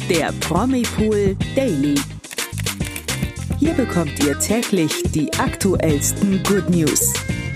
der Promipool Daily. Hier bekommt ihr täglich die aktuellsten Good News.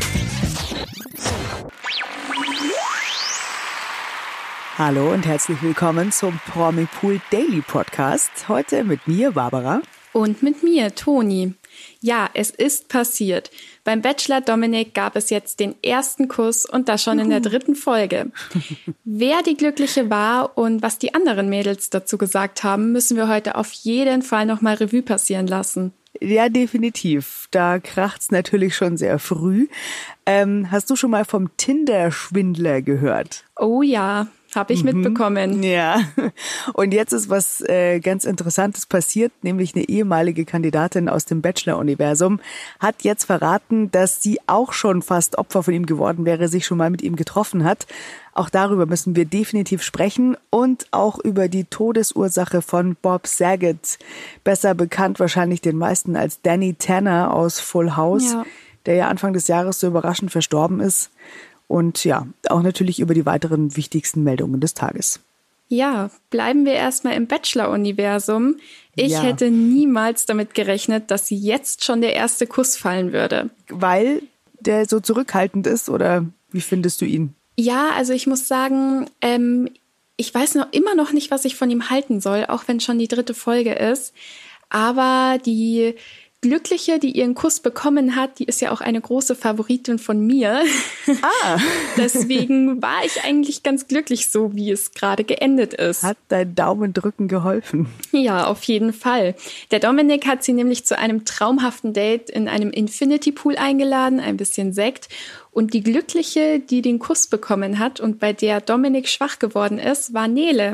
Hallo und herzlich willkommen zum Promipool Daily Podcast. Heute mit mir, Barbara. Und mit mir, Toni. Ja, es ist passiert. Beim Bachelor Dominik gab es jetzt den ersten Kuss und das schon in der 3. Folge. Wer die Glückliche war und was die anderen Mädels dazu gesagt haben, müssen wir heute auf jeden Fall nochmal Revue passieren lassen. Ja, definitiv. Da kracht's natürlich schon sehr früh. Hast du schon mal vom Tinder-Schwindler gehört? Oh ja. Habe ich mitbekommen. Ja, und jetzt ist was ganz Interessantes passiert, nämlich eine ehemalige Kandidatin aus dem Bachelor-Universum hat jetzt verraten, dass sie auch schon fast Opfer von ihm geworden wäre, sich schon mal mit ihm getroffen hat. Auch darüber müssen wir definitiv sprechen und auch über die Todesursache von Bob Saget, besser bekannt wahrscheinlich den meisten als Danny Tanner aus Full House, der ja Anfang des Jahres so überraschend verstorben ist. Und ja, auch natürlich über die weiteren wichtigsten Meldungen des Tages. Ja, bleiben wir erstmal im Bachelor-Universum. Ich hätte niemals damit gerechnet, dass jetzt schon der erste Kuss fallen würde. Weil der so zurückhaltend ist, oder wie findest du ihn? Ja, also ich muss sagen, ich weiß immer noch nicht, was ich von ihm halten soll, auch wenn schon die 3. Folge ist. Aber die Glückliche, die ihren Kuss bekommen hat, die ist ja auch eine große Favoritin von mir. Deswegen war ich eigentlich ganz glücklich, so wie es gerade geendet ist. Hat dein Daumendrücken geholfen? Ja, auf jeden Fall. Der Dominik hat sie nämlich zu einem traumhaften Date in einem Infinity Pool eingeladen, ein bisschen Sekt. Und die Glückliche, die den Kuss bekommen hat und bei der Dominik schwach geworden ist, war Nele.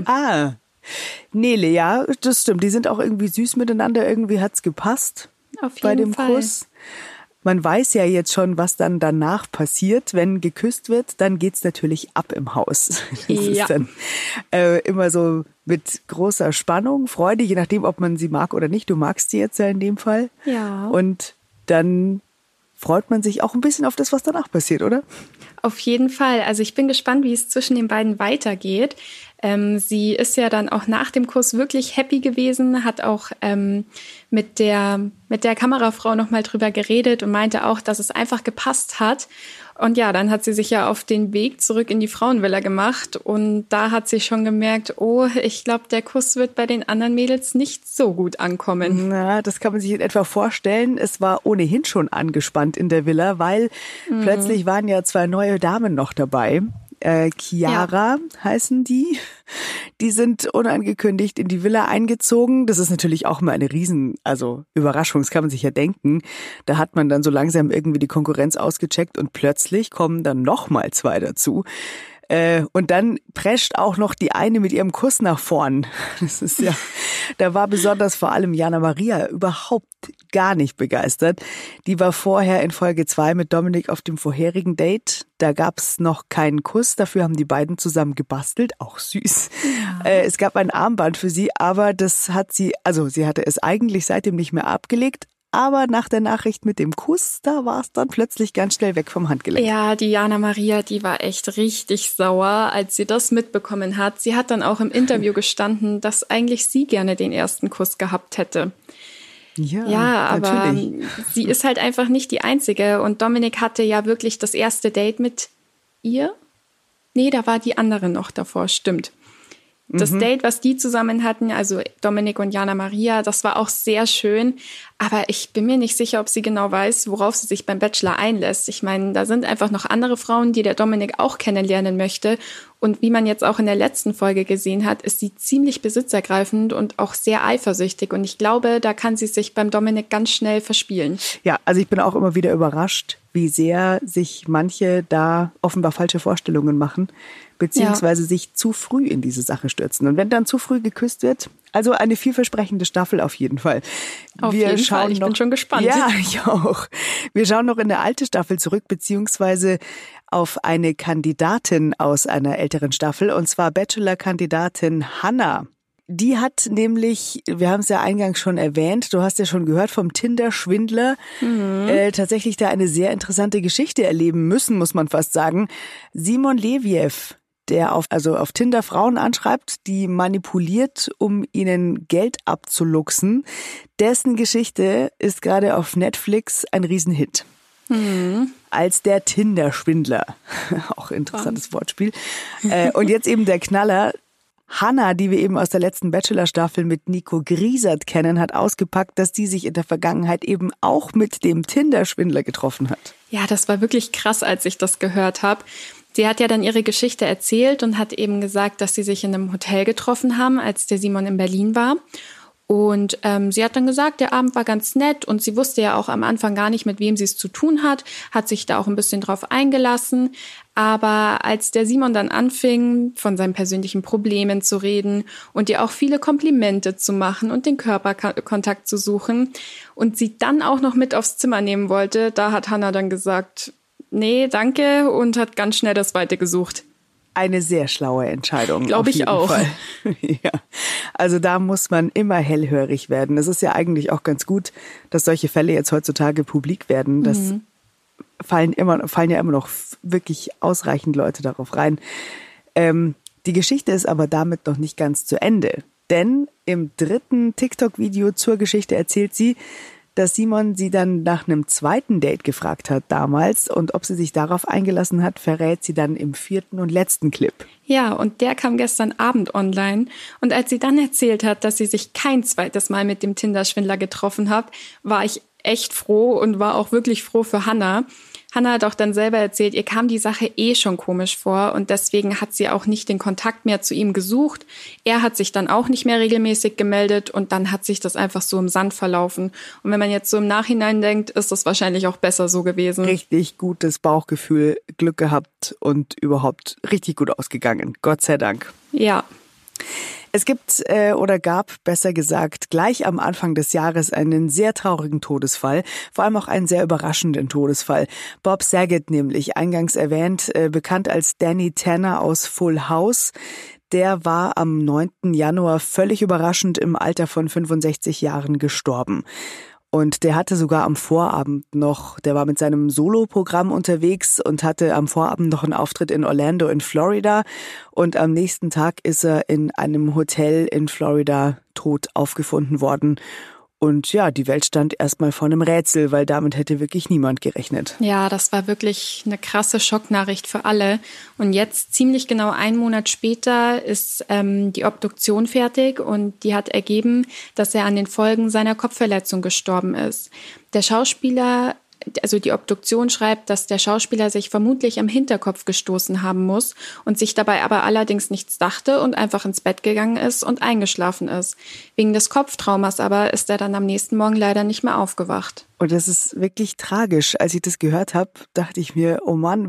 Nele, ja, das stimmt. Die sind auch irgendwie süß miteinander. Irgendwie hat's gepasst. Auf jeden bei dem Fall. Kuss. Man weiß ja jetzt schon, was dann danach passiert. Wenn geküsst wird, dann geht's natürlich ab im Haus. Das ist dann immer so mit großer Spannung, Freude, je nachdem, ob man sie mag oder nicht. Du magst sie jetzt ja in dem Fall. Ja. Und dann freut man sich auch ein bisschen auf das, was danach passiert, oder? Auf jeden Fall. Also ich bin gespannt, wie es zwischen den beiden weitergeht. Sie ist ja dann auch nach dem Kuss wirklich happy gewesen, hat auch mit der Kamerafrau nochmal drüber geredet und meinte auch, dass es einfach gepasst hat. Und ja, dann hat sie sich ja auf den Weg zurück in die Frauenvilla gemacht und da hat sie schon gemerkt, oh, ich glaube, der Kuss wird bei den anderen Mädels nicht so gut ankommen. Na, das kann man sich in etwa vorstellen. Es war ohnehin schon angespannt in der Villa, weil plötzlich waren ja 2 neue Damen noch dabei. Chiara heißen die. Die sind unangekündigt in die Villa eingezogen. Das ist natürlich auch mal eine Überraschung, das kann man sich ja denken. Da hat man dann so langsam irgendwie die Konkurrenz ausgecheckt und plötzlich kommen dann nochmal 2 dazu. Und dann prescht auch noch die eine mit ihrem Kuss nach vorn. Das ist ja, da war besonders vor allem Jana Maria überhaupt gar nicht begeistert. Die war vorher in Folge 2 mit Dominik auf dem vorherigen Date. Da gab's noch keinen Kuss. Dafür haben die beiden zusammen gebastelt. Auch süß. Ja. Es gab ein Armband für sie, aber sie hatte es eigentlich seitdem nicht mehr abgelegt. Aber nach der Nachricht mit dem Kuss, da war es dann plötzlich ganz schnell weg vom Handgelenk. Ja, die Jana Maria, die war echt richtig sauer, als sie das mitbekommen hat. Sie hat dann auch im Interview gestanden, dass eigentlich sie gerne den ersten Kuss gehabt hätte. Ja, aber natürlich. Sie ist halt einfach nicht die Einzige. Und Dominik hatte ja wirklich das erste Date mit ihr. Nee, da war die andere noch davor, stimmt. Das Date, was die zusammen hatten, also Dominik und Jana Maria, das war auch sehr schön. Aber ich bin mir nicht sicher, ob sie genau weiß, worauf sie sich beim Bachelor einlässt. Ich meine, da sind einfach noch andere Frauen, die der Dominik auch kennenlernen möchte. Und wie man jetzt auch in der letzten Folge gesehen hat, ist sie ziemlich besitzergreifend und auch sehr eifersüchtig. Und ich glaube, da kann sie sich beim Dominik ganz schnell verspielen. Ja, also ich bin auch immer wieder überrascht, wie sehr sich manche da offenbar falsche Vorstellungen machen, beziehungsweise sich zu früh in diese Sache stürzen. Und wenn dann zu früh geküsst wird, also eine vielversprechende Staffel auf jeden Fall. Auf jeden Fall, ich bin schon gespannt. Ja, ich auch. Wir schauen noch in eine alte Staffel zurück, beziehungsweise auf eine Kandidatin aus einer älteren Staffel, und zwar Bachelor-Kandidatin Hannah. Die hat nämlich, wir haben es ja eingangs schon erwähnt, du hast ja schon gehört vom Tinder-Schwindler, tatsächlich da eine sehr interessante Geschichte erleben müssen, muss man fast sagen. Simon Leviev, der auf Tinder Frauen anschreibt, die manipuliert, um ihnen Geld abzuluxen. Dessen Geschichte ist gerade auf Netflix ein Riesenhit. Als der Tinder-Schwindler. Auch interessantes Wortspiel. Und jetzt eben der Knaller. Hannah, die wir eben aus der letzten Bachelor-Staffel mit Nico Griesert kennen, hat ausgepackt, dass die sich in der Vergangenheit eben auch mit dem Tinder-Schwindler getroffen hat. Ja, das war wirklich krass, als ich das gehört habe. Sie hat ja dann ihre Geschichte erzählt und hat eben gesagt, dass sie sich in einem Hotel getroffen haben, als der Simon in Berlin war. Und sie hat dann gesagt, der Abend war ganz nett und sie wusste ja auch am Anfang gar nicht, mit wem sie es zu tun hat sich da auch ein bisschen drauf eingelassen. Aber als der Simon dann anfing, von seinen persönlichen Problemen zu reden und ihr auch viele Komplimente zu machen und den Körperkontakt zu suchen und sie dann auch noch mit aufs Zimmer nehmen wollte, da hat Hannah dann gesagt, nee, danke, und hat ganz schnell das Weite gesucht. Eine sehr schlaue Entscheidung. Glaube ich auch. Fall. Ja. Also da muss man immer hellhörig werden. Es ist ja eigentlich auch ganz gut, dass solche Fälle jetzt heutzutage publik werden. Das fallen ja immer noch wirklich ausreichend Leute darauf rein. Die Geschichte ist aber damit noch nicht ganz zu Ende. Denn im 3. TikTok-Video zur Geschichte erzählt sie, dass Simon sie dann nach einem zweiten Date gefragt hat damals, und ob sie sich darauf eingelassen hat, verrät sie dann im 4. und letzten Clip. Ja, und der kam gestern Abend online, und als sie dann erzählt hat, dass sie sich kein zweites Mal mit dem Tinder-Schwindler getroffen hat, war ich echt froh und war auch wirklich froh für Hannah. Hannah hat auch dann selber erzählt, ihr kam die Sache schon komisch vor und deswegen hat sie auch nicht den Kontakt mehr zu ihm gesucht. Er hat sich dann auch nicht mehr regelmäßig gemeldet und dann hat sich das einfach so im Sand verlaufen. Und wenn man jetzt so im Nachhinein denkt, ist das wahrscheinlich auch besser so gewesen. Richtig gutes Bauchgefühl, Glück gehabt und überhaupt richtig gut ausgegangen. Gott sei Dank. Ja. Es gibt gab, besser gesagt, gleich am Anfang des Jahres einen sehr traurigen Todesfall, vor allem auch einen sehr überraschenden Todesfall. Bob Saget nämlich, eingangs erwähnt, bekannt als Danny Tanner aus Full House. Der war am 9. Januar völlig überraschend im Alter von 65 Jahren gestorben. Und der hatte sogar am Vorabend der war mit seinem Soloprogramm unterwegs und hatte am Vorabend noch einen Auftritt in Orlando in Florida. Und am nächsten Tag ist er in einem Hotel in Florida tot aufgefunden worden. Und ja, die Welt stand erstmal vor einem Rätsel, weil damit hätte wirklich niemand gerechnet. Ja, das war wirklich eine krasse Schocknachricht für alle. Und jetzt, ziemlich genau 1 Monat später, ist die Obduktion fertig und die hat ergeben, dass er an den Folgen seiner Kopfverletzung gestorben ist. Der Schauspieler, also die Obduktion schreibt, dass der Schauspieler sich vermutlich am Hinterkopf gestoßen haben muss und sich dabei aber allerdings nichts dachte und einfach ins Bett gegangen ist und eingeschlafen ist. Wegen des Kopftraumas aber ist er dann am nächsten Morgen leider nicht mehr aufgewacht. Und das ist wirklich tragisch. Als ich das gehört habe, dachte ich mir, oh Mann,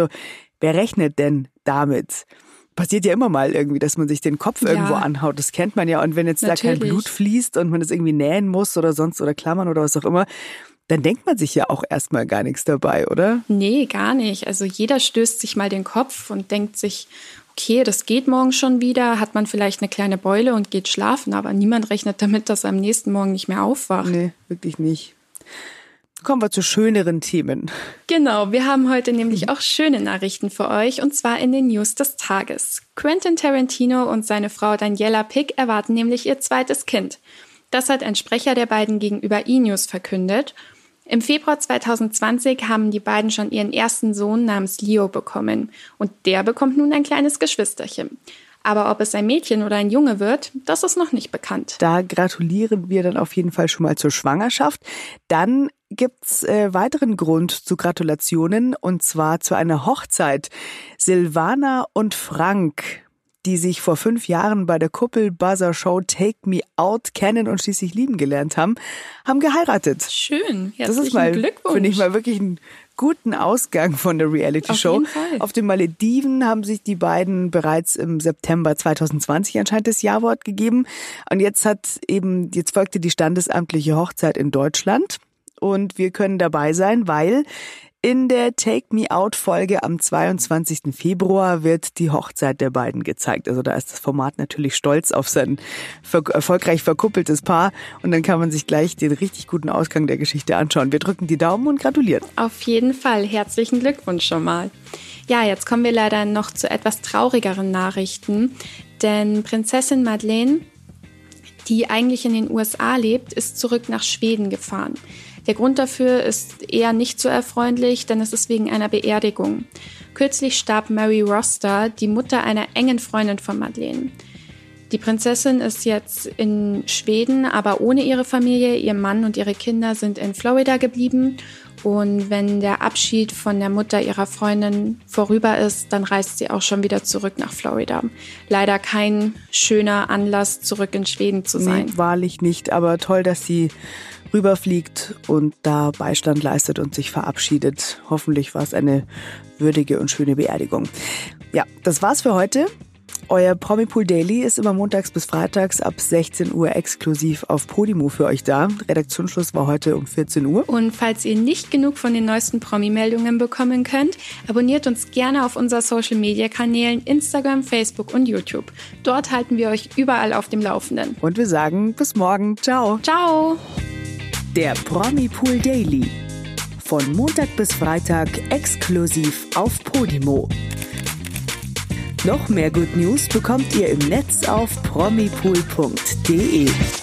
wer rechnet denn damit? Passiert ja immer mal irgendwie, dass man sich den Kopf irgendwo anhaut. Das kennt man ja. Und wenn jetzt Natürlich. Da kein Blut fließt und man das irgendwie nähen muss oder klammern oder was auch immer, dann denkt man sich ja auch erstmal gar nichts dabei, oder? Nee, gar nicht. Also jeder stößt sich mal den Kopf und denkt sich, okay, das geht morgen schon wieder, hat man vielleicht eine kleine Beule und geht schlafen, aber niemand rechnet damit, dass er am nächsten Morgen nicht mehr aufwacht. Nee, wirklich nicht. Kommen wir zu schöneren Themen. Genau, wir haben heute nämlich auch schöne Nachrichten für euch, und zwar in den News des Tages. Quentin Tarantino und seine Frau Daniela Pick erwarten nämlich ihr zweites Kind. Das hat ein Sprecher der beiden gegenüber E-News verkündet. Im Februar 2020 haben die beiden schon ihren ersten Sohn namens Leo bekommen. Und der bekommt nun ein kleines Geschwisterchen. Aber ob es ein Mädchen oder ein Junge wird, das ist noch nicht bekannt. Da gratulieren wir dann auf jeden Fall schon mal zur Schwangerschaft. Dann gibt's weiteren Grund zu Gratulationen, und zwar zu einer Hochzeit. Silvana und Frank, die sich vor 5 Jahren bei der Kuppel-Buzzer-Show Take Me Out kennen und schließlich lieben gelernt haben geheiratet. Schön, herzlichen das ist mal, Glückwunsch. Finde ich mal wirklich einen guten Ausgang von der Reality-Show. Auf jeden Fall. Auf den Malediven haben sich die beiden bereits im September 2020 anscheinend das Ja-Wort gegeben. Und jetzt folgte die standesamtliche Hochzeit in Deutschland. Und wir können dabei sein, weil in der Take Me Out Folge am 22. Februar wird die Hochzeit der beiden gezeigt. Also da ist das Format natürlich stolz auf sein erfolgreich verkuppeltes Paar. Und dann kann man sich gleich den richtig guten Ausgang der Geschichte anschauen. Wir drücken die Daumen und gratulieren. Auf jeden Fall. Herzlichen Glückwunsch schon mal. Ja, jetzt kommen wir leider noch zu etwas traurigeren Nachrichten, denn Prinzessin Madeleine, die eigentlich in den USA lebt, ist zurück nach Schweden gefahren. Der Grund dafür ist eher nicht so erfreulich, denn es ist wegen einer Beerdigung. Kürzlich starb Mary Roster, die Mutter einer engen Freundin von Madeleine. Die Prinzessin ist jetzt in Schweden, aber ohne ihre Familie. Ihr Mann und ihre Kinder sind in Florida geblieben. Und wenn der Abschied von der Mutter ihrer Freundin vorüber ist, dann reist sie auch schon wieder zurück nach Florida. Leider kein schöner Anlass, zurück in Schweden zu sein. Nee, wahrlich nicht, aber toll, dass sie rüberfliegt und da Beistand leistet und sich verabschiedet. Hoffentlich war es eine würdige und schöne Beerdigung. Ja, das war's für heute. Euer Promipool Daily ist immer montags bis freitags ab 16 Uhr exklusiv auf Podimo für euch da. Redaktionsschluss war heute um 14 Uhr. Und falls ihr nicht genug von den neuesten Promi-Meldungen bekommen könnt, abonniert uns gerne auf unseren Social-Media-Kanälen Instagram, Facebook und YouTube. Dort halten wir euch überall auf dem Laufenden. Und wir sagen bis morgen. Ciao. Ciao. Der Promipool Daily. Von Montag bis Freitag exklusiv auf Podimo. Noch mehr Good News bekommt ihr im Netz auf promipool.de.